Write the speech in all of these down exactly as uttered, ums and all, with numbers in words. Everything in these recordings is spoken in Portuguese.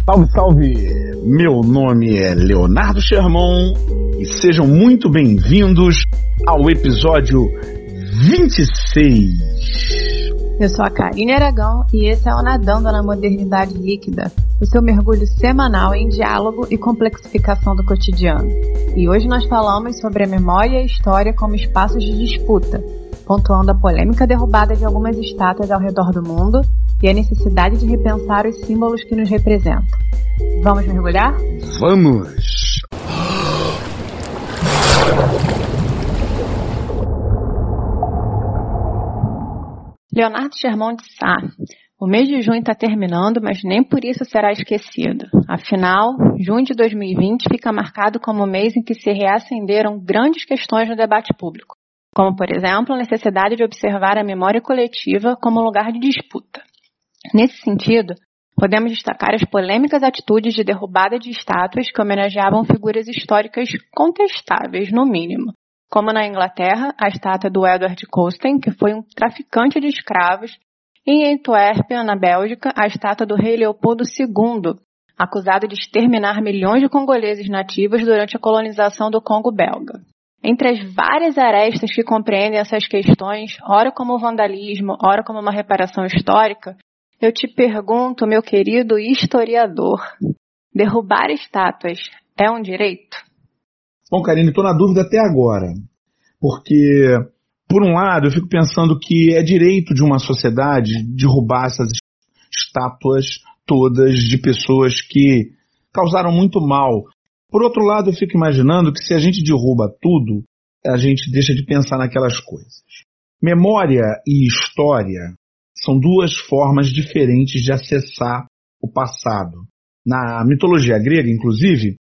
Salve, salve! Meu nome é Leonardo Sherman e sejam muito bem-vindos ao episódio vinte e seis. Eu sou a Karine Aragão e esse é o Nadando na Modernidade Líquida, o seu mergulho semanal em diálogo e complexificação do cotidiano. E hoje nós falamos sobre a memória e a história como espaços de disputa, pontuando a polêmica derrubada de algumas estátuas ao redor do mundo e a necessidade de repensar os símbolos que nos representam. Vamos mergulhar? Vamos! Leonardo Sherman de Sá. O mês de junho está terminando, mas nem por isso será esquecido. Afinal, junho de dois mil e vinte fica marcado como o mês em que se reacenderam grandes questões no debate público, como, por exemplo, a necessidade de observar a memória coletiva como lugar de disputa. Nesse sentido, podemos destacar as polêmicas atitudes de derrubada de estátuas que homenageavam figuras históricas contestáveis, no mínimo, como na Inglaterra, a estátua do Edward Colston, que foi um traficante de escravos, e em Antuérpia, na Bélgica, a estátua do rei Leopoldo segundo, acusado de exterminar milhões de congoleses nativos durante a colonização do Congo belga. Entre as várias arestas que compreendem essas questões, ora como vandalismo, ora como uma reparação histórica, eu te pergunto, meu querido historiador, derrubar estátuas é um direito? Bom, Karine, estou na dúvida até agora, porque, por um lado, eu fico pensando que é direito de uma sociedade derrubar essas estátuas todas de pessoas que causaram muito mal. Por outro lado, eu fico imaginando que se a gente derruba tudo, a gente deixa de pensar naquelas coisas. Memória e história são duas formas diferentes de acessar o passado. Na mitologia grega, inclusive,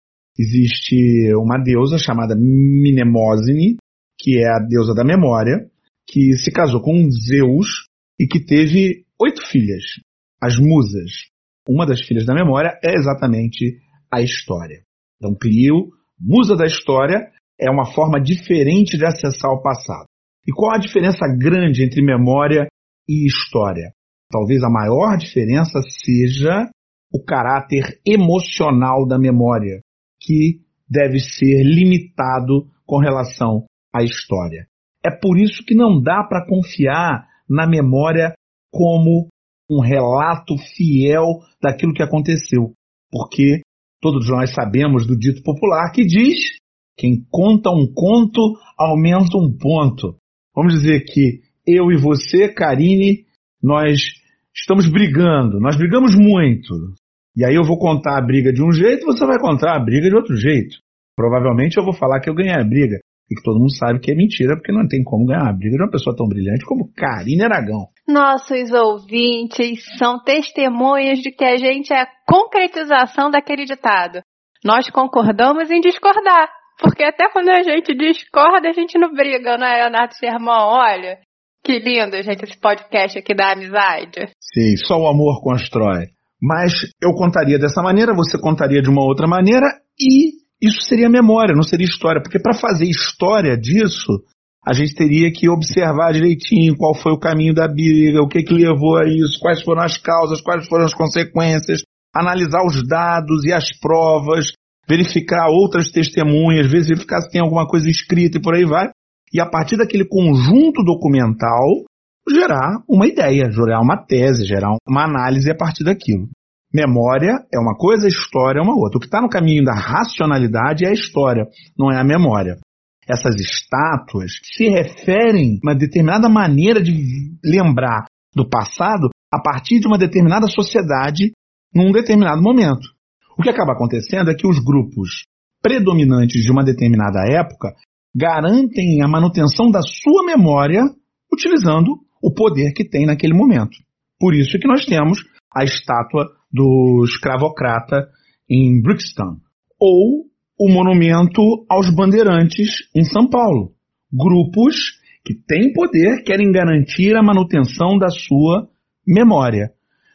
existe uma deusa chamada Mnemosine, que é a deusa da memória, que se casou com Zeus e que teve oito filhas, as musas. Uma das filhas da memória é exatamente a história. Então, Clio, musa da história, é uma forma diferente de acessar o passado. E qual a diferença grande entre memória e história? Talvez a maior diferença seja o caráter emocional da memória, que deve ser limitado com relação à história. É por isso que não dá para confiar na memória como um relato fiel daquilo que aconteceu, porque todos nós sabemos do dito popular que diz: quem conta um conto aumenta um ponto. Vamos dizer que eu e você, Karine, nós estamos brigando, nós brigamos muito. E aí eu vou contar a briga de um jeito, você vai contar a briga de outro jeito. Provavelmente eu vou falar que eu ganhei a briga, e que todo mundo sabe que é mentira, porque não tem como ganhar a briga de uma pessoa tão brilhante como Karine Aragão. Nossos ouvintes são testemunhas de que a gente é a concretização daquele ditado. Nós concordamos em discordar, porque até quando a gente discorda, a gente não briga, não é, Leonardo Sherman? Olha, que lindo, gente, esse podcast aqui da amizade. Sim, só o amor constrói. Mas eu contaria dessa maneira, você contaria de uma outra maneira, e isso seria memória, não seria história. Porque para fazer história disso, a gente teria que observar direitinho qual foi o caminho da briga, o que, que levou a isso, quais foram as causas, quais foram as consequências, analisar os dados e as provas, verificar outras testemunhas, verificar se tem alguma coisa escrita e por aí vai. E a partir daquele conjunto documental, gerar uma ideia, gerar uma tese, gerar uma análise a partir daquilo. Memória é uma coisa, história é uma outra. O que está no caminho da racionalidade é a história, não é a memória. Essas estátuas se referem a uma determinada maneira de lembrar do passado a partir de uma determinada sociedade num determinado momento. O que acaba acontecendo é que os grupos predominantes de uma determinada época garantem a manutenção da sua memória utilizando o poder que tem naquele momento. Por isso que nós temos a estátua do escravocrata em Brixton, ou o monumento aos bandeirantes em São Paulo. Grupos que têm poder querem garantir a manutenção da sua memória.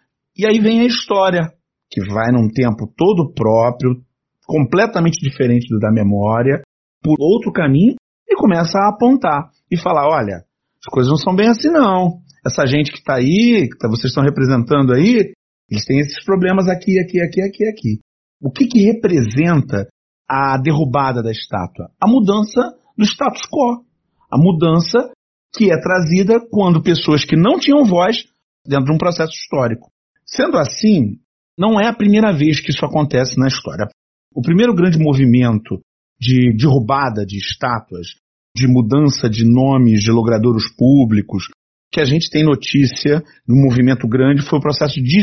E aí vem a história, que vai num tempo todo próprio, completamente diferente do da memória, por outro caminho, e começa a apontar e falar: olha, as coisas não são bem assim não. Essa gente que está aí, que vocês estão representando aí, Eles têm esses problemas aqui, aqui, aqui, aqui, aqui. O que, que representa a derrubada da estátua? A mudança do status quo. A mudança que é trazida quando pessoas que não tinham voz dentro de um processo histórico. Sendo assim, não é a primeira vez que isso acontece na história. O primeiro grande movimento de derrubada de estátuas, de mudança de nomes de logradouros públicos, que a gente tem notícia de um movimento grande, foi o processo de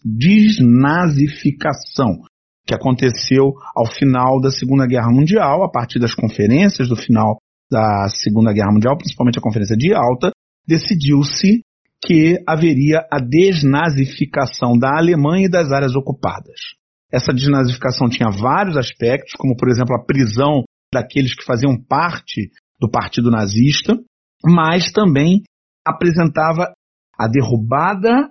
desnazificação, que aconteceu ao final da Segunda Guerra Mundial, a partir das conferências do final da Segunda Guerra Mundial, principalmente a Conferência de Yalta, decidiu-se que haveria a desnazificação da Alemanha e das áreas ocupadas. Essa desnazificação tinha vários aspectos, como, por exemplo, a prisão daqueles que faziam parte do Partido Nazista, mas também apresentava a derrubada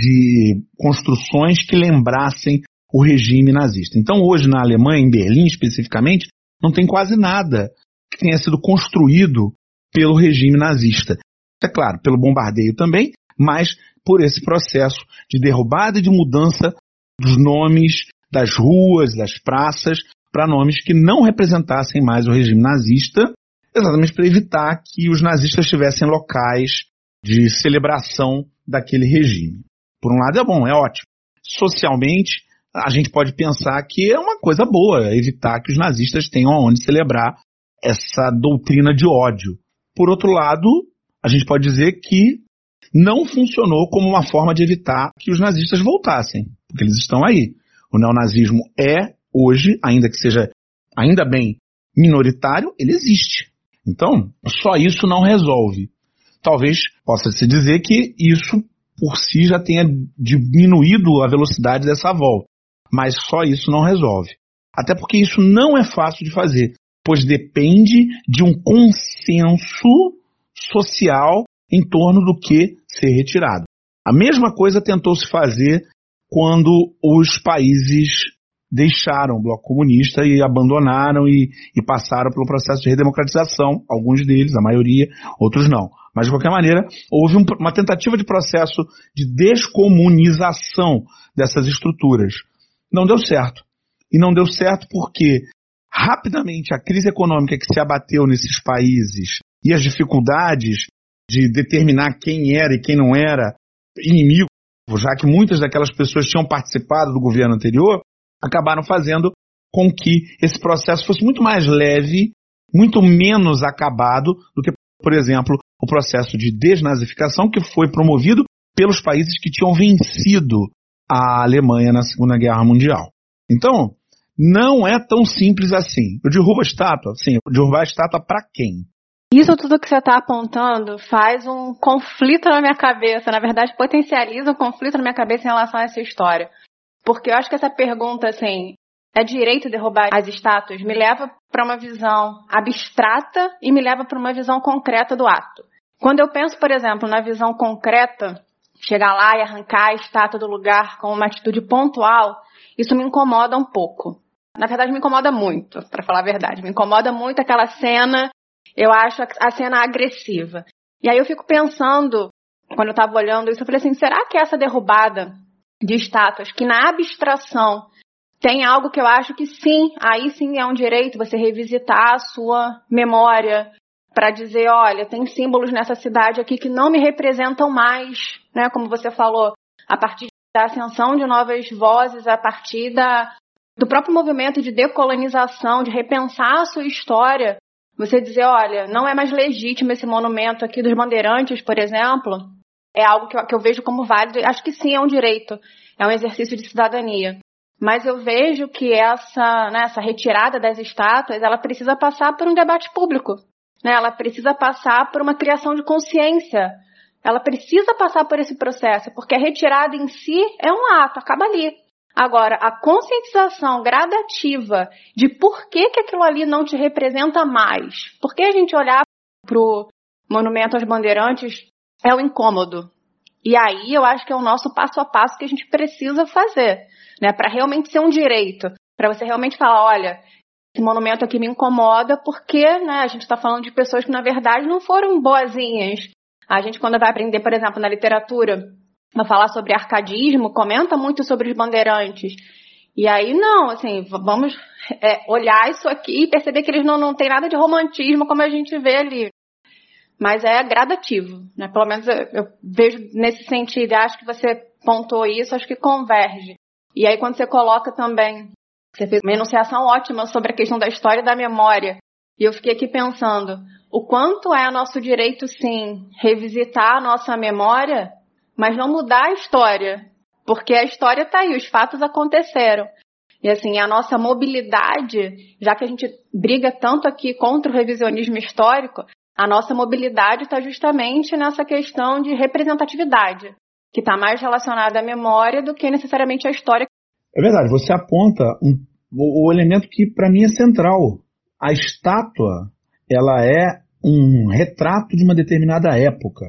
de construções que lembrassem o regime nazista. Então, hoje, na Alemanha, em Berlim especificamente, não tem quase nada que tenha sido construído pelo regime nazista. É claro, pelo bombardeio também, mas por esse processo de derrubada e de mudança dos nomes das ruas, das praças, para nomes que não representassem mais o regime nazista, exatamente para evitar que os nazistas tivessem locais de celebração daquele regime. Por um lado é bom, é ótimo. Socialmente, a gente pode pensar que é uma coisa boa evitar que os nazistas tenham onde celebrar essa doutrina de ódio. Por outro lado, a gente pode dizer que não funcionou como uma forma de evitar que os nazistas voltassem, porque eles estão aí. O neonazismo é, hoje, ainda que seja ainda bem minoritário, ele existe. Então, só isso não resolve. Talvez possa-se dizer que isso por si já tenha diminuído a velocidade dessa volta, mas só isso não resolve. Até porque isso não é fácil de fazer, pois depende de um consenso social em torno do que ser retirado. A mesma coisa tentou-se fazer quando os países deixaram o bloco comunista e abandonaram e, e passaram pelo processo de redemocratização, alguns deles, a maioria, outros não. Mas, de qualquer maneira, houve um, uma tentativa de processo de descomunização dessas estruturas. Não deu certo. E não deu certo porque, rapidamente, a crise econômica que se abateu nesses países e as dificuldades de determinar quem era e quem não era inimigo, já que muitas daquelas pessoas tinham participado do governo anterior, acabaram fazendo com que esse processo fosse muito mais leve, muito menos acabado do que, por exemplo, o processo de desnazificação que foi promovido pelos países que tinham vencido a Alemanha na Segunda Guerra Mundial. Então, não é tão simples assim. Eu derrubo a estátua? Sim, eu derrubar a estátua para quem? Isso tudo que você está apontando faz um conflito na minha cabeça, na verdade potencializa um conflito na minha cabeça em relação a essa história. Porque eu acho que essa pergunta, assim, é direito derrubar as estátuas, me leva para uma visão abstrata e me leva para uma visão concreta do ato. Quando eu penso, por exemplo, na visão concreta, chegar lá e arrancar a estátua do lugar com uma atitude pontual, isso me incomoda um pouco. Na verdade, me incomoda muito, para falar a verdade. Me incomoda muito aquela cena, eu acho a cena agressiva. E aí eu fico pensando, quando eu estava olhando isso, eu falei assim, será que essa derrubada de estátuas, que na abstração tem algo que eu acho que sim, aí sim é um direito você revisitar a sua memória para dizer, olha, tem símbolos nessa cidade aqui que não me representam mais, né? Como você falou, a partir da ascensão de novas vozes, a partir da, do próprio movimento de decolonização, de repensar a sua história, você dizer, olha, não é mais legítimo esse monumento aqui dos bandeirantes, por exemplo, é algo que eu, que eu vejo como válido. Acho que sim, é um direito, é um exercício de cidadania. Mas eu vejo que essa, né, essa retirada das estátuas, ela precisa passar por um debate público. Né? Ela precisa passar por uma criação de consciência. Ela precisa passar por esse processo, porque a retirada em si é um ato, acaba ali. Agora, a conscientização gradativa de por que, que aquilo ali não te representa mais. Por que a gente olhar para o monumento aos bandeirantes é o incômodo. E aí eu acho que é o nosso passo a passo que a gente precisa fazer, né, para realmente ser um direito, para você realmente falar, olha, esse monumento aqui me incomoda porque, né, a gente está falando de pessoas que na verdade não foram boazinhas. A gente, quando vai aprender, por exemplo, na literatura, vai falar sobre arcadismo, comenta muito sobre os bandeirantes. E aí, não, assim, vamos é, olhar isso aqui e perceber que eles não, não têm nada de romantismo como a gente vê ali. Mas é gradativo, né? Pelo menos eu, eu vejo nesse sentido, e acho que você pontuou isso, acho que converge. E aí quando você coloca também, você fez uma enunciação ótima sobre a questão da história e da memória, e eu fiquei aqui pensando, o quanto é nosso direito, sim, revisitar a nossa memória, mas não mudar a história, porque a história está aí, os fatos aconteceram. E assim, a nossa mobilidade, já que a gente briga tanto aqui contra o revisionismo histórico, a nossa mobilidade está justamente nessa questão de representatividade, que está mais relacionada à memória do que necessariamente à história. É verdade, você aponta um, o, o elemento que para mim é central. A estátua, ela é um retrato de uma determinada época,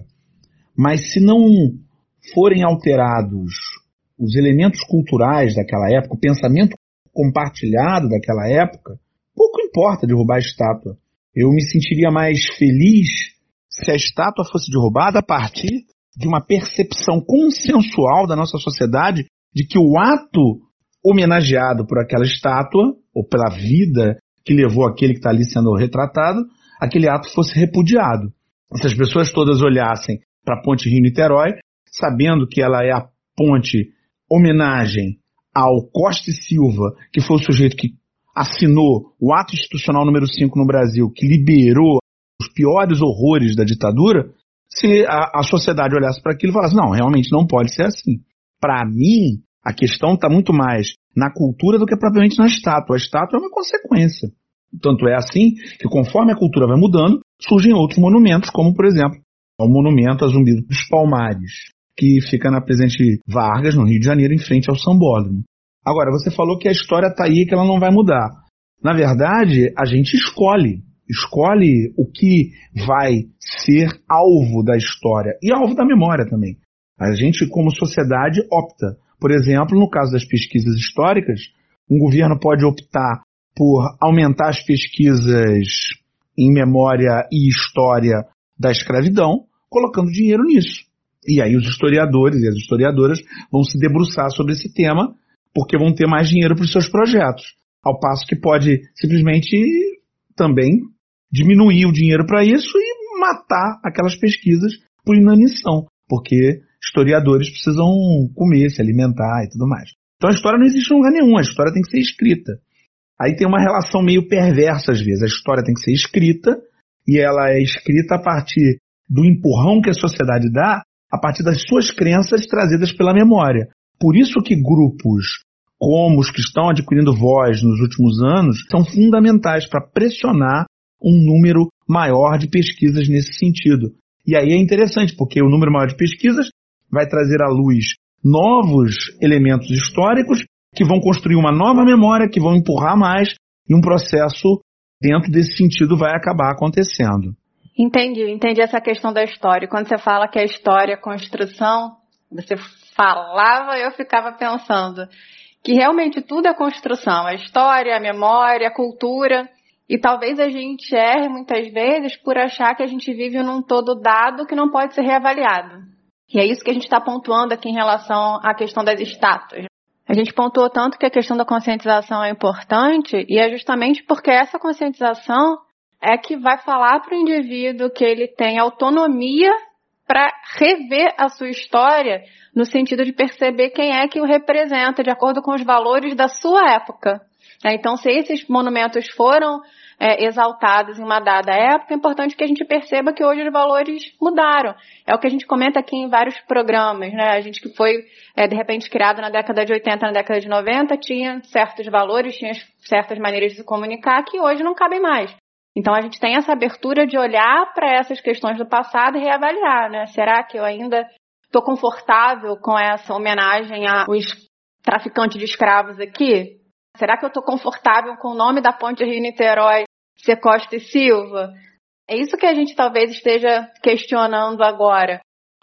mas se não forem alterados os elementos culturais daquela época, o pensamento compartilhado daquela época, pouco importa derrubar a estátua. Eu me sentiria mais feliz se a estátua fosse derrubada a partir de uma percepção consensual da nossa sociedade de que o ato homenageado por aquela estátua, ou pela vida que levou aquele que está ali sendo retratado, aquele ato fosse repudiado. Se as pessoas todas olhassem para a ponte Rio-Niterói, sabendo que ela é a ponte homenagem ao Costa e Silva, que foi o sujeito que assinou o ato institucional número cinco no Brasil, que liberou os piores horrores da ditadura, se a, a sociedade olhasse para aquilo e falasse, não, realmente não pode ser assim. Para mim, a questão está muito mais na cultura do que propriamente na estátua. A estátua é uma consequência. Tanto é assim que, conforme a cultura vai mudando, surgem outros monumentos, como, por exemplo, o monumento a Zumbi dos Palmares, que fica na Presidente Vargas, no Rio de Janeiro, em frente ao Sambódromo. Agora, você falou que a história está aí e que ela não vai mudar. Na verdade, a gente escolhe. Escolhe o que vai ser alvo da história e alvo da memória também. A gente, como sociedade, opta. Por exemplo, no caso das pesquisas históricas, um governo pode optar por aumentar as pesquisas em memória e história da escravidão, colocando dinheiro nisso. E aí os historiadores e as historiadoras vão se debruçar sobre esse tema, porque vão ter mais dinheiro para os seus projetos. Ao passo que pode simplesmente também diminuir o dinheiro para isso e matar aquelas pesquisas por inanição, porque historiadores precisam comer, se alimentar e tudo mais. Então a história não existe em lugar nenhum, a história tem que ser escrita. Aí tem uma relação meio perversa às vezes, a história tem que ser escrita e ela é escrita a partir do empurrão que a sociedade dá, a partir das suas crenças trazidas pela memória. Por isso que grupos como os que estão adquirindo voz nos últimos anos são fundamentais para pressionar um número maior de pesquisas nesse sentido. E aí é interessante, porque o número maior de pesquisas vai trazer à luz novos elementos históricos que vão construir uma nova memória, que vão empurrar mais, e um processo dentro desse sentido vai acabar acontecendo. Entendi, entendi essa questão da história. Quando você fala que a história é construção, você falava e eu ficava pensando que realmente tudo é construção, a história, a memória, a cultura, e talvez a gente erre muitas vezes por achar que a gente vive num todo dado que não pode ser reavaliado. E é isso que a gente está pontuando aqui em relação à questão das estátuas. A gente pontuou tanto que a questão da conscientização é importante, e é justamente porque essa conscientização é que vai falar para o indivíduo que ele tem autonomia para rever a sua história no sentido de perceber quem é que o representa de acordo com os valores da sua época. Então, se esses monumentos foram é, exaltados em uma dada época, é importante que a gente perceba que hoje os valores mudaram. É o que a gente comenta aqui em vários programas, né? A gente que foi, é, de repente, criado na década de oitenta, na década de noventa, tinha certos valores, tinha certas maneiras de se comunicar que hoje não cabem mais. Então, a gente tem essa abertura de olhar para essas questões do passado e reavaliar, né? Será que eu ainda estou confortável com essa homenagem aos traficantes de escravos aqui? Será que eu estou confortável com o nome da ponte Rio-Niterói ser Costa e Silva? É isso que a gente talvez esteja questionando agora.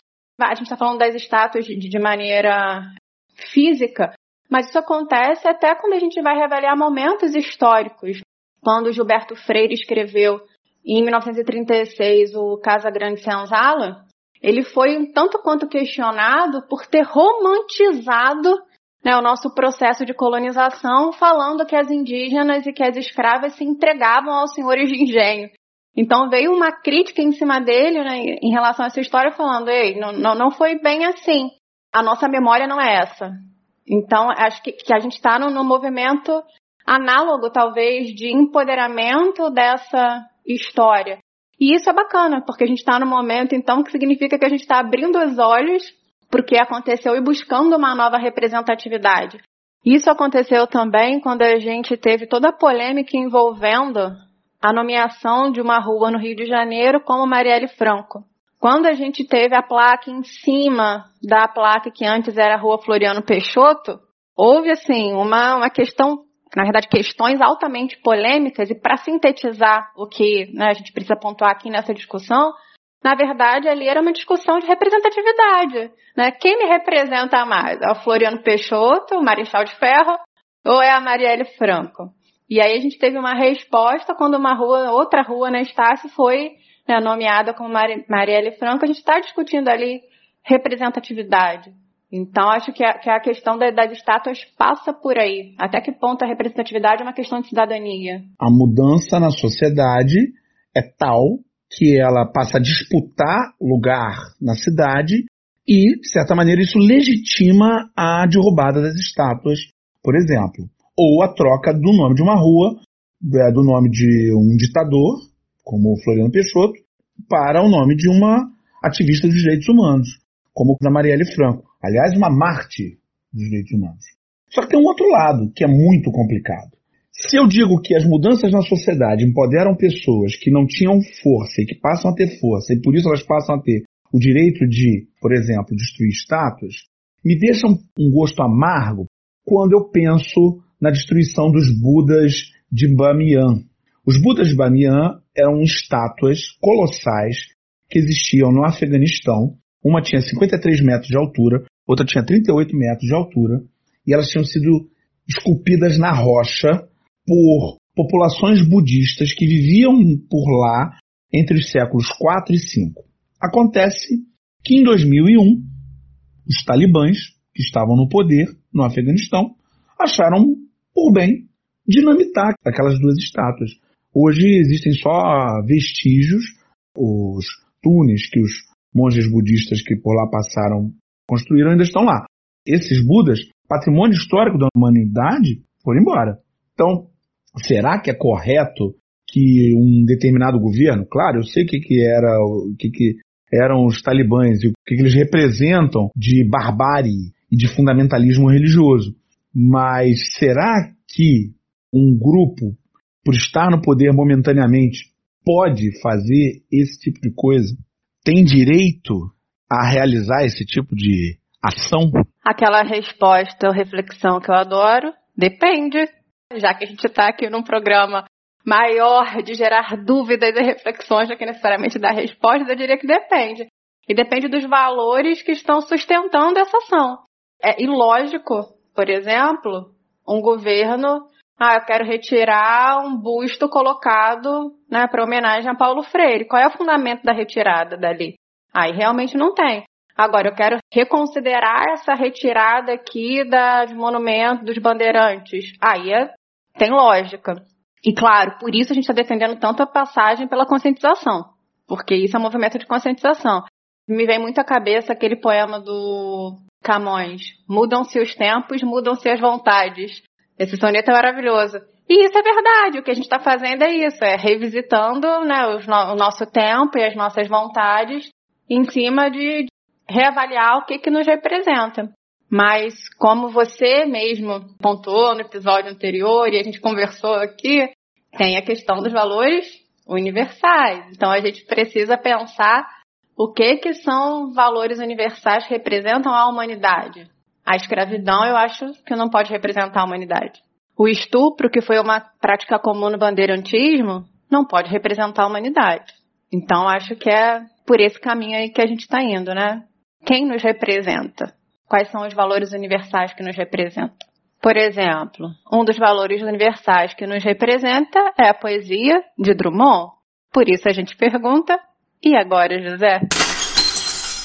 A gente está falando das estátuas de, de maneira física, mas isso acontece até quando a gente vai reavaliar momentos históricos. Quando Gilberto Freire escreveu, em mil novecentos e trinta e seis, o Casa Grande Senzala, ele foi um tanto quanto questionado por ter romantizado, né, o nosso processo de colonização, falando que as indígenas e que as escravas se entregavam aos senhores de engenho. Então veio uma crítica em cima dele, né, em relação a essa história, falando, ei, não, não, não foi bem assim. A nossa memória não é essa. Então, acho que, que a gente está num, num movimento análogo, talvez, de empoderamento dessa história. E isso é bacana, porque a gente está num momento, então, que significa que a gente está abrindo os olhos para o que aconteceu e buscando uma nova representatividade. Isso aconteceu também quando a gente teve toda a polêmica envolvendo a nomeação de uma rua no Rio de Janeiro como Marielle Franco. Quando a gente teve a placa em cima da placa que antes era a Rua Floriano Peixoto, houve, assim, uma, uma questão, na verdade, questões altamente polêmicas, e para sintetizar o que, né, a gente precisa pontuar aqui nessa discussão, na verdade, ali era uma discussão de representatividade, né? Quem me representa mais? É o Floriano Peixoto, o Marechal de Ferro, ou é a Marielle Franco? E aí a gente teve uma resposta quando uma rua, outra rua na Estácio foi, né, nomeada como Mari, Marielle Franco. A gente está discutindo ali representatividade. Então, acho que a, que a questão da, das estátuas passa por aí. Até que ponto a representatividade é uma questão de cidadania? A mudança na sociedade é tal que ela passa a disputar lugar na cidade e, de certa maneira, isso legitima a derrubada das estátuas, por exemplo. Ou a troca do nome de uma rua, do nome de um ditador, como o Floriano Peixoto, para o nome de uma ativista dos direitos humanos, como a Marielle Franco. Aliás, uma mártir dos direitos humanos. Só que tem um outro lado, que é muito complicado. Se eu digo que as mudanças na sociedade empoderam pessoas que não tinham força e que passam a ter força, e por isso elas passam a ter o direito de, por exemplo, destruir estátuas, me deixa um, um gosto amargo quando eu penso na destruição dos Budas de Bamiyan. Os Budas de Bamiyan eram estátuas colossais que existiam no Afeganistão. Uma tinha cinquenta e três metros de altura, outra tinha trinta e oito metros de altura, e elas tinham sido esculpidas na rocha por populações budistas que viviam por lá entre os séculos quatro e cinco. Acontece que em dois mil e um, os talibãs, que estavam no poder no Afeganistão, acharam por bem dinamitar aquelas duas estátuas. Hoje existem só vestígios, os túneis que os monges budistas que por lá passaram construíram ainda estão lá. Esses Budas, patrimônio histórico da humanidade, foram embora. Então, será que é correto que um determinado governo, claro, eu sei o que, que, era, o que, que eram os talibãs e o que, que eles representam de barbárie e de fundamentalismo religioso, mas será que um grupo, por estar no poder momentaneamente, pode fazer esse tipo de coisa? Tem direito a realizar esse tipo de ação? Aquela resposta ou reflexão que eu adoro, depende. Já que a gente está aqui num programa maior de gerar dúvidas e reflexões do que necessariamente dar respostas, eu diria que depende. E depende dos valores que estão sustentando essa ação. É ilógico, por exemplo, um governo, ah, eu quero retirar um busto colocado, né, para homenagem a Paulo Freire. Qual é o fundamento da retirada dali? Aí realmente não tem. Agora, eu quero reconsiderar essa retirada aqui dos monumentos dos bandeirantes. Aí é, tem lógica. E claro, por isso a gente está defendendo tanto a passagem pela conscientização. Porque isso é um movimento de conscientização. Me vem muito à cabeça aquele poema do Camões. Mudam-se os tempos, mudam-se as vontades. Esse soneto é maravilhoso. E isso é verdade. O que a gente está fazendo é isso. É revisitando, né, os no- o nosso tempo e as nossas vontades em cima de reavaliar o que, que nos representa. Mas, como você mesmo pontuou no episódio anterior e a gente conversou aqui, tem a questão dos valores universais. Então, a gente precisa pensar o que, que são valores universais que representam a humanidade. A escravidão, eu acho que não pode representar a humanidade. O estupro, que foi uma prática comum no bandeirantismo, não pode representar a humanidade. Então, acho que é por esse caminho aí que a gente está indo, né? Quem nos representa? Quais são os valores universais que nos representam? Por exemplo, um dos valores universais que nos representa é a poesia de Drummond. Por isso a gente pergunta, e agora, José?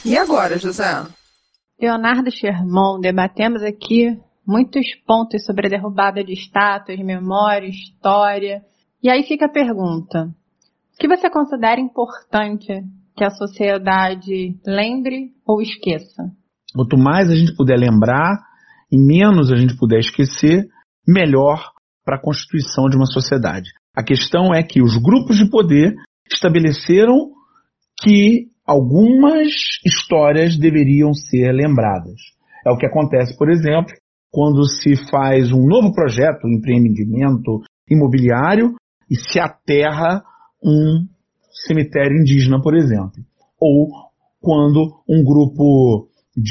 E agora, José? Leonardo Sherman, debatemos aqui muitos pontos sobre a derrubada de estátuas, memória, história. E aí fica a pergunta: o que você considera importante que a sociedade lembre ou esqueça? Quanto mais a gente puder lembrar e menos a gente puder esquecer, melhor para a constituição de uma sociedade. A questão é que os grupos de poder estabeleceram que algumas histórias deveriam ser lembradas. É o que acontece, por exemplo, quando se faz um novo projeto, um empreendimento imobiliário e se aterra um cemitério indígena, por exemplo. Ou quando um grupo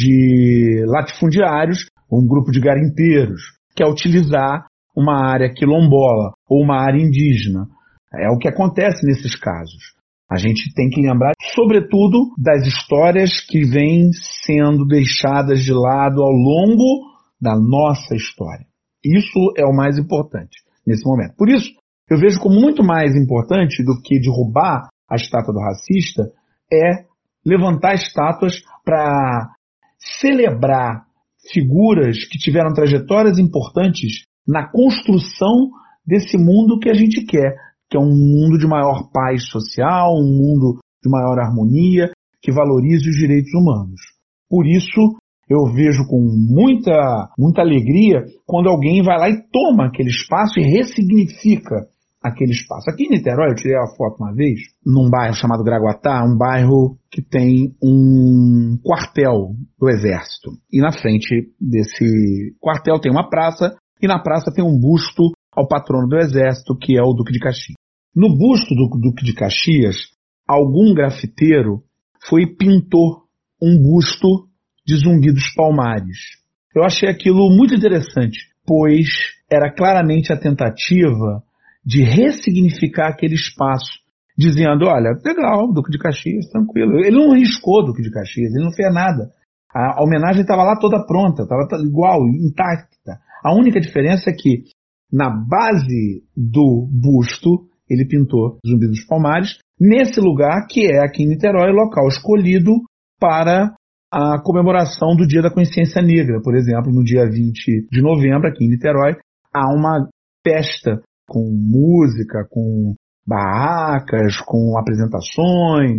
de latifundiários, um grupo de garimpeiros, quer utilizar uma área quilombola ou uma área indígena. É o que acontece nesses casos. A gente tem que lembrar, sobretudo, das histórias que vêm sendo deixadas de lado ao longo da nossa história. Isso é o mais importante nesse momento. Por isso, eu vejo como muito mais importante do que derrubar a estátua do racista é levantar estátuas para celebrar figuras que tiveram trajetórias importantes na construção desse mundo que a gente quer, que é um mundo de maior paz social, um mundo de maior harmonia, que valorize os direitos humanos. Por isso, eu vejo com muita, muita alegria quando alguém vai lá e toma aquele espaço e ressignifica aquele espaço. Aqui em Niterói, eu tirei a foto uma vez, num bairro chamado Graguatá, um bairro que tem um quartel do Exército. E na frente desse quartel tem uma praça, e na praça tem um busto ao patrono do Exército, que é o Duque de Caxias. No busto do Duque de Caxias, algum grafiteiro foi e pintou um busto de Zumbi dos Palmares. Eu achei aquilo muito interessante, pois era claramente a tentativa de ressignificar aquele espaço, dizendo, olha, legal, Duque de Caxias, tranquilo. Ele não riscou o Duque de Caxias, ele não fez nada. A, a homenagem estava lá toda pronta, estava igual, intacta. A única diferença é que, na base do busto, ele pintou Zumbi dos Palmares, nesse lugar que é aqui em Niterói, local escolhido para a comemoração do Dia da Consciência Negra. Por exemplo, no dia vinte de novembro, aqui em Niterói, há uma festa com música, com barracas, com apresentações.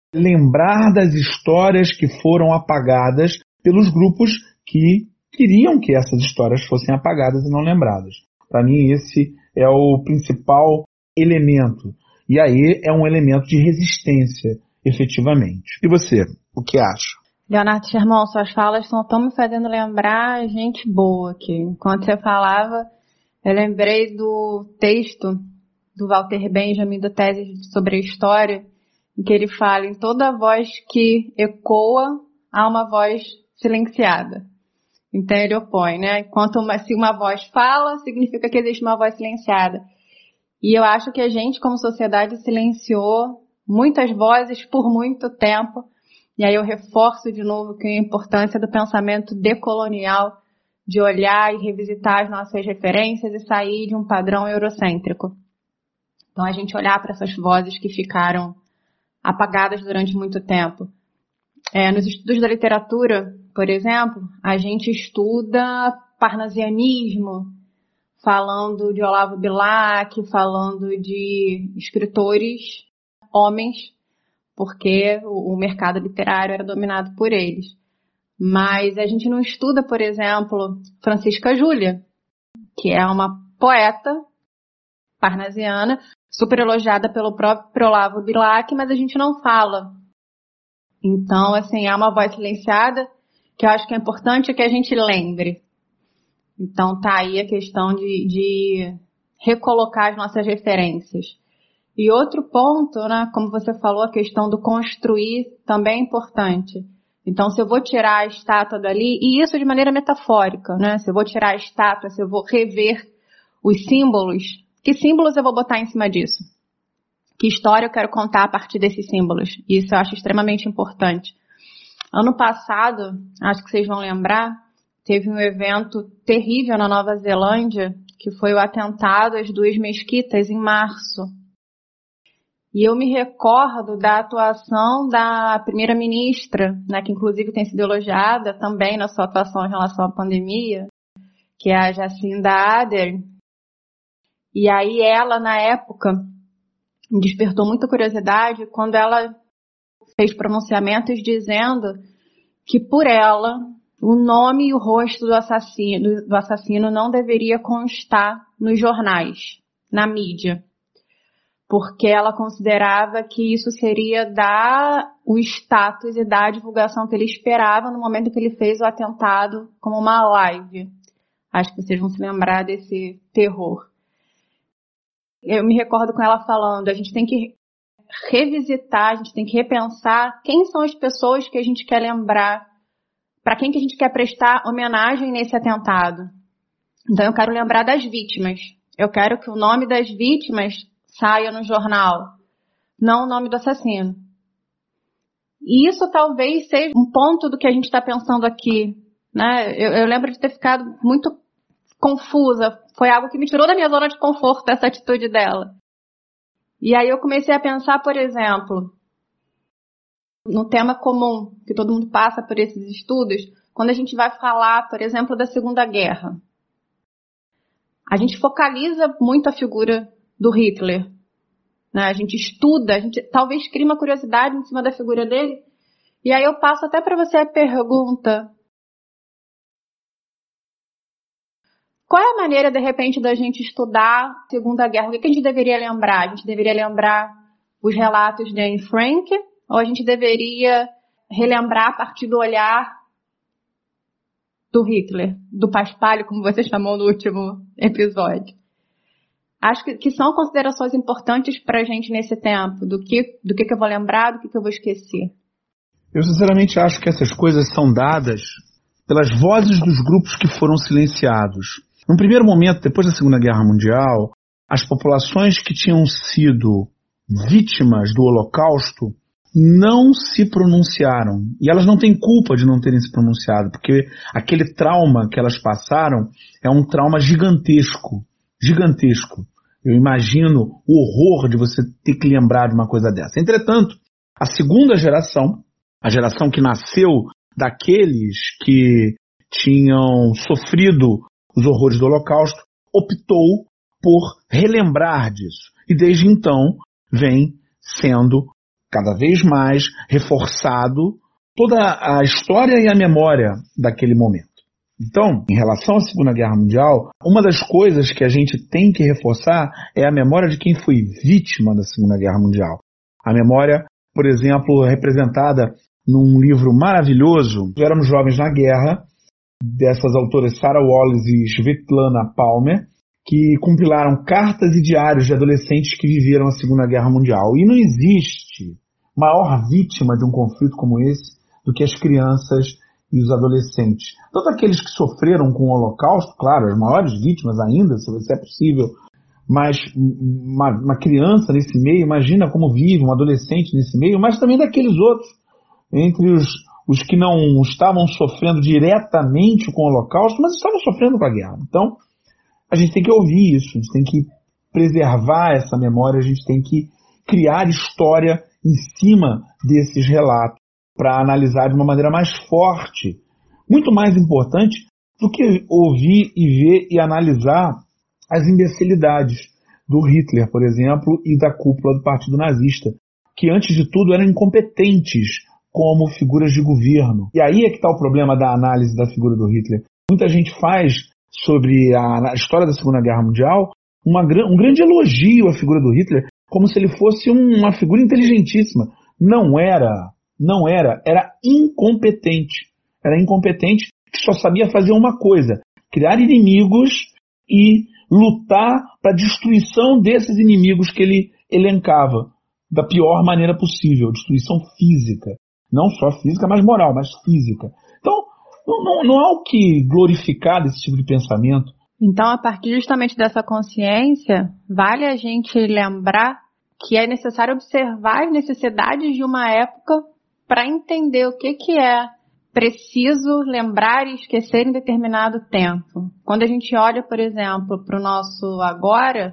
Lembrar das histórias que foram apagadas pelos grupos que queriam que essas histórias fossem apagadas e não lembradas. Para mim, esse é o principal elemento. E aí é um elemento de resistência, efetivamente. E você, o que acha? Leonardo Sherman, suas falas estão me fazendo lembrar gente boa aqui. Enquanto você falava, eu lembrei do texto do Walter Benjamin, da tese sobre a história, em que ele fala: em toda voz que ecoa, há uma voz silenciada. Então ele opõe, né? Enquanto uma, se uma voz fala, significa que existe uma voz silenciada. E eu acho que a gente, como sociedade, silenciou muitas vozes por muito tempo. E aí eu reforço de novo que a importância do pensamento decolonial, de olhar e revisitar as nossas referências e sair de um padrão eurocêntrico. Então a gente olhar para essas vozes que ficaram apagadas durante muito tempo. É, nos estudos da literatura, por exemplo, a gente estuda parnasianismo, falando de Olavo Bilac, falando de escritores homens, porque o, o mercado literário era dominado por eles. Mas a gente não estuda, por exemplo, Francisca Júlia, que é uma poeta parnasiana, super elogiada pelo próprio Olavo Bilac, mas a gente não fala. Então, assim, é uma voz silenciada que eu acho que é importante que a gente lembre. Então, tá aí a questão de, de recolocar as nossas referências. E outro ponto, né, como você falou, a questão do construir também é importante. Então, se eu vou tirar a estátua dali, e isso de maneira metafórica, né? Se eu vou tirar a estátua, se eu vou rever os símbolos, que símbolos eu vou botar em cima disso? Que história eu quero contar a partir desses símbolos? Isso eu acho extremamente importante. Ano passado, acho que vocês vão lembrar, teve um evento terrível na Nova Zelândia, que foi o atentado às duas mesquitas em março. E eu me recordo da atuação da primeira-ministra, né, que inclusive tem sido elogiada também na sua atuação em relação à pandemia, que é a Jacinda Ardern. E aí ela, na época, me despertou muita curiosidade quando ela fez pronunciamentos dizendo que, por ela, o nome e o rosto do assassino, do assassino não deveria constar nos jornais, na mídia, porque ela considerava que isso seria dar o status e dar a divulgação que ele esperava no momento que ele fez o atentado como uma live. Acho que vocês vão se lembrar desse terror. Eu me recordo com ela falando, a gente tem que revisitar, a gente tem que repensar quem são as pessoas que a gente quer lembrar, para quem que a gente quer prestar homenagem nesse atentado. Então eu quero lembrar das vítimas. Eu quero que o nome das vítimas saia no jornal, não o nome do assassino. E isso talvez seja um ponto do que a gente está pensando aqui, né? Eu, eu lembro de ter ficado muito confusa. Foi algo que me tirou da minha zona de conforto, essa atitude dela. E aí eu comecei a pensar, por exemplo, no tema comum, que todo mundo passa por esses estudos, quando a gente vai falar, por exemplo, da Segunda Guerra. A gente focaliza muito a figura do Hitler, né? A gente estuda, a gente talvez crie uma curiosidade em cima da figura dele. E aí eu passo até para você a pergunta: qual é a maneira, de repente, da gente estudar a Segunda Guerra? O que a gente deveria lembrar? A gente deveria lembrar os relatos de Anne Frank? Ou a gente deveria relembrar a partir do olhar do Hitler, do paspalho, como você chamou no último episódio? Acho que, que são considerações importantes para a gente nesse tempo, do que, do que, que eu vou lembrar, do que, que eu vou esquecer. Eu sinceramente acho que essas coisas são dadas pelas vozes dos grupos que foram silenciados. Num primeiro momento, depois da Segunda Guerra Mundial, as populações que tinham sido vítimas do Holocausto não se pronunciaram. E elas não têm culpa de não terem se pronunciado, porque aquele trauma que elas passaram é um trauma gigantesco. Gigantesco. Eu imagino o horror de você ter que lembrar de uma coisa dessa. Entretanto, a segunda geração, a geração que nasceu daqueles que tinham sofrido os horrores do Holocausto, optou por relembrar disso. E desde então vem sendo cada vez mais reforçado toda a história e a memória daquele momento. Então, em relação à Segunda Guerra Mundial, uma das coisas que a gente tem que reforçar é a memória de quem foi vítima da Segunda Guerra Mundial. A memória, por exemplo, representada num livro maravilhoso, Éramos Jovens na Guerra, dessas autoras Sarah Wallace e Svetlana Palmer, que compilaram cartas e diários de adolescentes que viveram a Segunda Guerra Mundial. E não existe maior vítima de um conflito como esse do que as crianças e os adolescentes. Tanto aqueles que sofreram com o Holocausto, claro, as maiores vítimas ainda, se é possível, mas uma, uma criança nesse meio, imagina como vive um adolescente nesse meio, mas também daqueles outros, entre os, os que não estavam sofrendo diretamente com o Holocausto, mas estavam sofrendo com a guerra. Então, a gente tem que ouvir isso, a gente tem que preservar essa memória, a gente tem que criar história em cima desses relatos, para analisar de uma maneira mais forte, muito mais importante do que ouvir e ver e analisar as imbecilidades do Hitler, por exemplo, e da cúpula do Partido Nazista, que antes de tudo eram incompetentes como figuras de governo. E aí é que está o problema da análise da figura do Hitler. Muita gente faz sobre a história da Segunda Guerra Mundial uma, um grande elogio à figura do Hitler, como se ele fosse uma figura inteligentíssima. Não era... Não era, era incompetente. Era incompetente que só sabia fazer uma coisa: criar inimigos e lutar para a destruição desses inimigos que ele elencava da pior maneira possível, destruição física. Não só física, mas moral, mas física. Então, não, não, não há o que glorificar desse tipo de pensamento. Então, a partir justamente dessa consciência, vale a gente lembrar que é necessário observar as necessidades de uma época para entender o que, que é preciso lembrar e esquecer em determinado tempo. Quando a gente olha, por exemplo, para o nosso agora,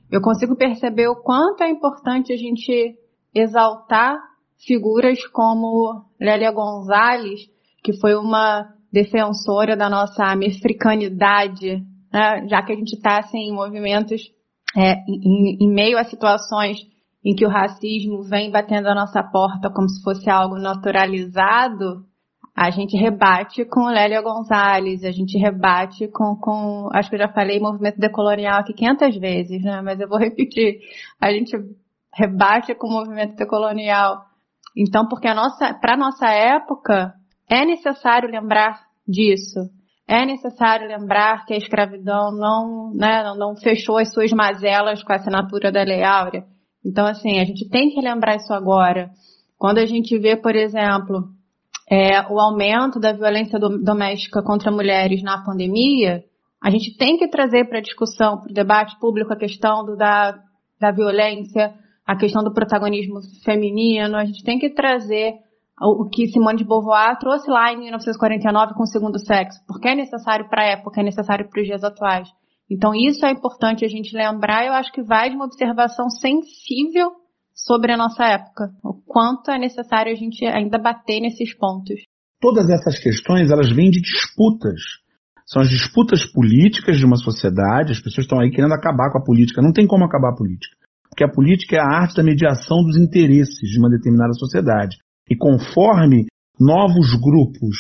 eu consigo perceber o quanto é importante a gente exaltar figuras como Lélia Gonzalez, que foi uma defensora da nossa americanidade, né? Já que a gente está assim, em movimentos, é, em, em meio a situações em que o racismo vem batendo a nossa porta como se fosse algo naturalizado, a gente rebate com Lélia Gonzalez, a gente rebate com, com, acho que eu já falei movimento decolonial aqui quinhentas vezes, né? Mas eu vou repetir, a gente rebate com o movimento decolonial. Então, porque a nossa, para a nossa época, é necessário lembrar disso. É necessário lembrar que a escravidão não, né, não, não fechou as suas mazelas com a assinatura da Lei Áurea. Então, assim, a gente tem que lembrar isso agora. Quando a gente vê, por exemplo, é, o aumento da violência do, doméstica contra mulheres na pandemia, a gente tem que trazer para a discussão, para o debate público, a questão do, da, da violência, a questão do protagonismo feminino. A gente tem que trazer o, o que Simone de Beauvoir trouxe lá em mil novecentos e quarenta e nove com o segundo sexo, porque é necessário para a época, é necessário para os dias atuais. Então, isso é importante a gente lembrar. Eu acho que vai de uma observação sensível sobre a nossa época, o quanto é necessário a gente ainda bater nesses pontos. Todas essas questões, elas vêm de disputas. São as disputas políticas de uma sociedade. As pessoas estão aí querendo acabar com a política. Não tem como acabar a política, porque a política é a arte da mediação dos interesses de uma determinada sociedade. E conforme novos grupos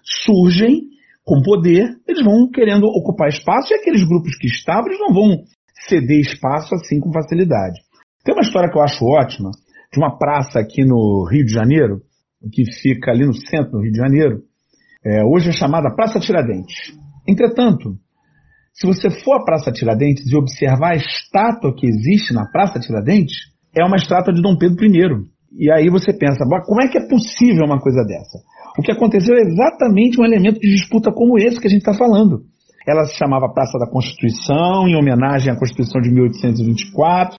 surgem com poder, eles vão querendo ocupar espaço, e aqueles grupos que estavam, eles não vão ceder espaço assim com facilidade. Tem uma história que eu acho ótima, de uma praça aqui no Rio de Janeiro, que fica ali no centro do Rio de Janeiro, é, hoje é chamada Praça Tiradentes. Entretanto, se você for à Praça Tiradentes e observar a estátua que existe na Praça Tiradentes, é uma estátua de Dom Pedro primeiro. E aí você pensa, como é que é possível uma coisa dessa? O que aconteceu é exatamente um elemento de disputa como esse que a gente está falando. Ela se chamava Praça da Constituição, em homenagem à Constituição de mil oitocentos e vinte e quatro.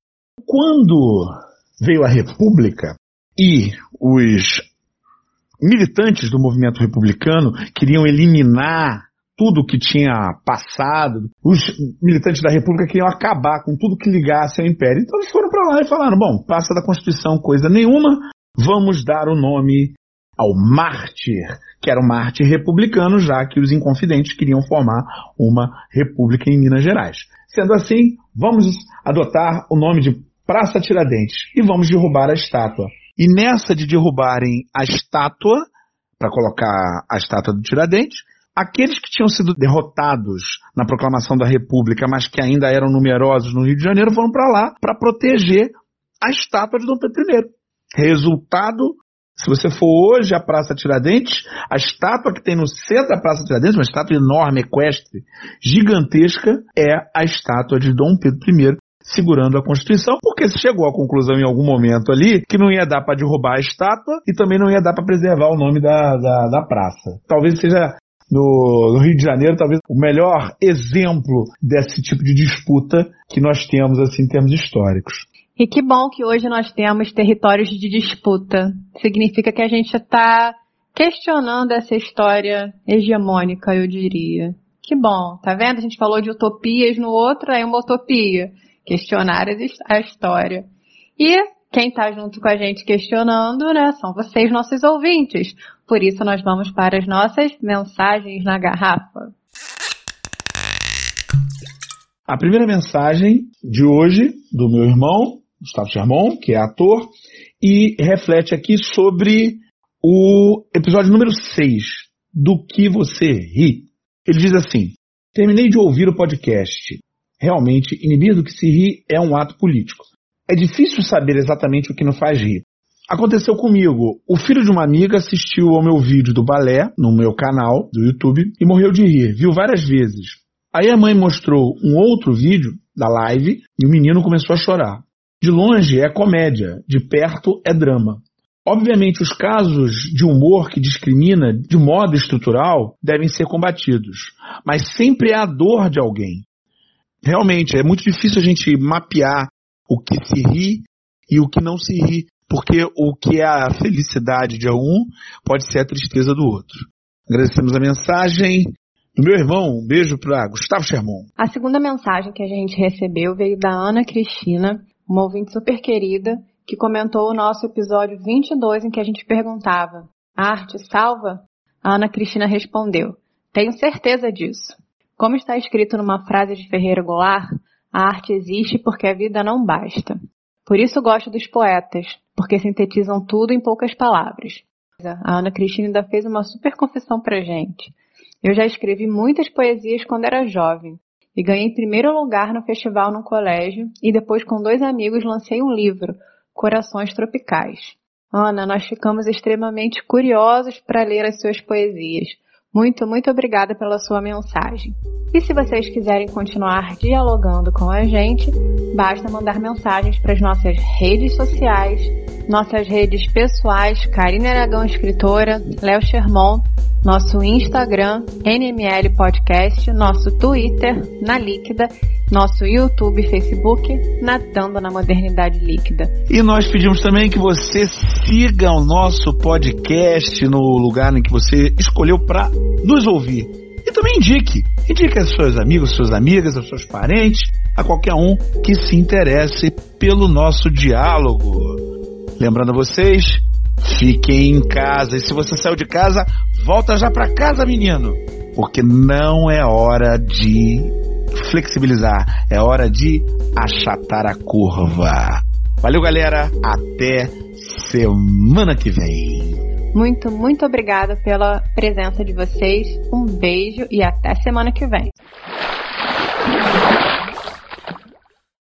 Quando veio a República e os militantes do movimento republicano queriam eliminar tudo que tinha passado, os militantes da República queriam acabar com tudo que ligasse ao Império. Então eles foram para lá e falaram, bom, Praça da Constituição, coisa nenhuma, vamos dar o nome ao mártir, que era um mártir republicano, já que os inconfidentes queriam formar uma república em Minas Gerais. Sendo assim, vamos adotar o nome de Praça Tiradentes e vamos derrubar a estátua. E nessa de derrubarem a estátua, para colocar a estátua do Tiradentes, aqueles que tinham sido derrotados na proclamação da República, mas que ainda eram numerosos no Rio de Janeiro, foram para lá para proteger a estátua de Dom Pedro primeiro. Resultado, se você for hoje à Praça Tiradentes, a estátua que tem no centro da Praça Tiradentes, uma estátua enorme, equestre, gigantesca, é a estátua de Dom Pedro primeiro, segurando a Constituição, porque se chegou à conclusão em algum momento ali que não ia dar para derrubar a estátua e também não ia dar para preservar o nome da, da, da praça. Talvez seja no, no Rio de Janeiro, talvez o melhor exemplo desse tipo de disputa que nós temos assim, em termos históricos. E que bom que hoje nós temos territórios de disputa. Significa que a gente está questionando essa história hegemônica, eu diria. Que bom, tá vendo? A gente falou de utopias no outro, é uma utopia. Questionar a história. E quem está junto com a gente questionando, né, são vocês, nossos ouvintes. Por isso nós vamos para as nossas mensagens na garrafa. A primeira mensagem de hoje, do meu irmão, Gustavo Germon, que é ator, e reflete aqui sobre o episódio número seis, Do Que Você Ri. Ele diz assim: terminei de ouvir o podcast. Realmente, inibir do que se ri é um ato político. É difícil saber exatamente o que nos faz rir. Aconteceu comigo. O filho de uma amiga assistiu ao meu vídeo do balé, no meu canal do YouTube, e morreu de rir. Viu várias vezes. Aí a mãe mostrou um outro vídeo da live e o menino começou a chorar. De longe é comédia, de perto é drama. Obviamente, os casos de humor que discrimina de modo estrutural devem ser combatidos, mas sempre é a dor de alguém. Realmente, é muito difícil a gente mapear o que se ri e o que não se ri, porque o que é a felicidade de um pode ser a tristeza do outro. Agradecemos a mensagem do meu irmão. Um beijo para Gustavo Sherman. A segunda mensagem que a gente recebeu veio da Ana Cristina, uma ouvinte super querida, que comentou o nosso episódio vinte e dois, em que a gente perguntava: a arte salva? A Ana Cristina respondeu: tenho certeza disso. Como está escrito numa frase de Ferreira Goulart, a arte existe porque a vida não basta. Por isso gosto dos poetas, porque sintetizam tudo em poucas palavras. A Ana Cristina ainda fez uma super confissão pra gente. Eu já escrevi muitas poesias quando era jovem e ganhei primeiro lugar no festival no colégio e depois com dois amigos lancei um livro, Corações Tropicais. Ana, nós ficamos extremamente curiosos para ler as suas poesias. Muito, muito obrigada pela sua mensagem. E se vocês quiserem continuar dialogando com a gente, basta mandar mensagens para as nossas redes sociais, nossas redes pessoais, Karine Aragão Escritora, Léo Sherman, nosso Instagram, N M L Podcast, nosso Twitter, Na Líquida, nosso YouTube e Facebook, Nadando na Modernidade Líquida. E nós pedimos também que você siga o nosso podcast no lugar em que você escolheu para nos ouvir. E também indique. Indique aos seus amigos, às suas amigas, aos seus parentes, a qualquer um que se interesse pelo nosso diálogo. Lembrando a vocês, fiquem em casa. E se você saiu de casa, volta já para casa, menino. Porque não é hora de flexibilizar, é hora de achatar a curva. Valeu, galera. Até semana que vem. Muito, muito obrigada pela presença de vocês. Um beijo e até semana que vem.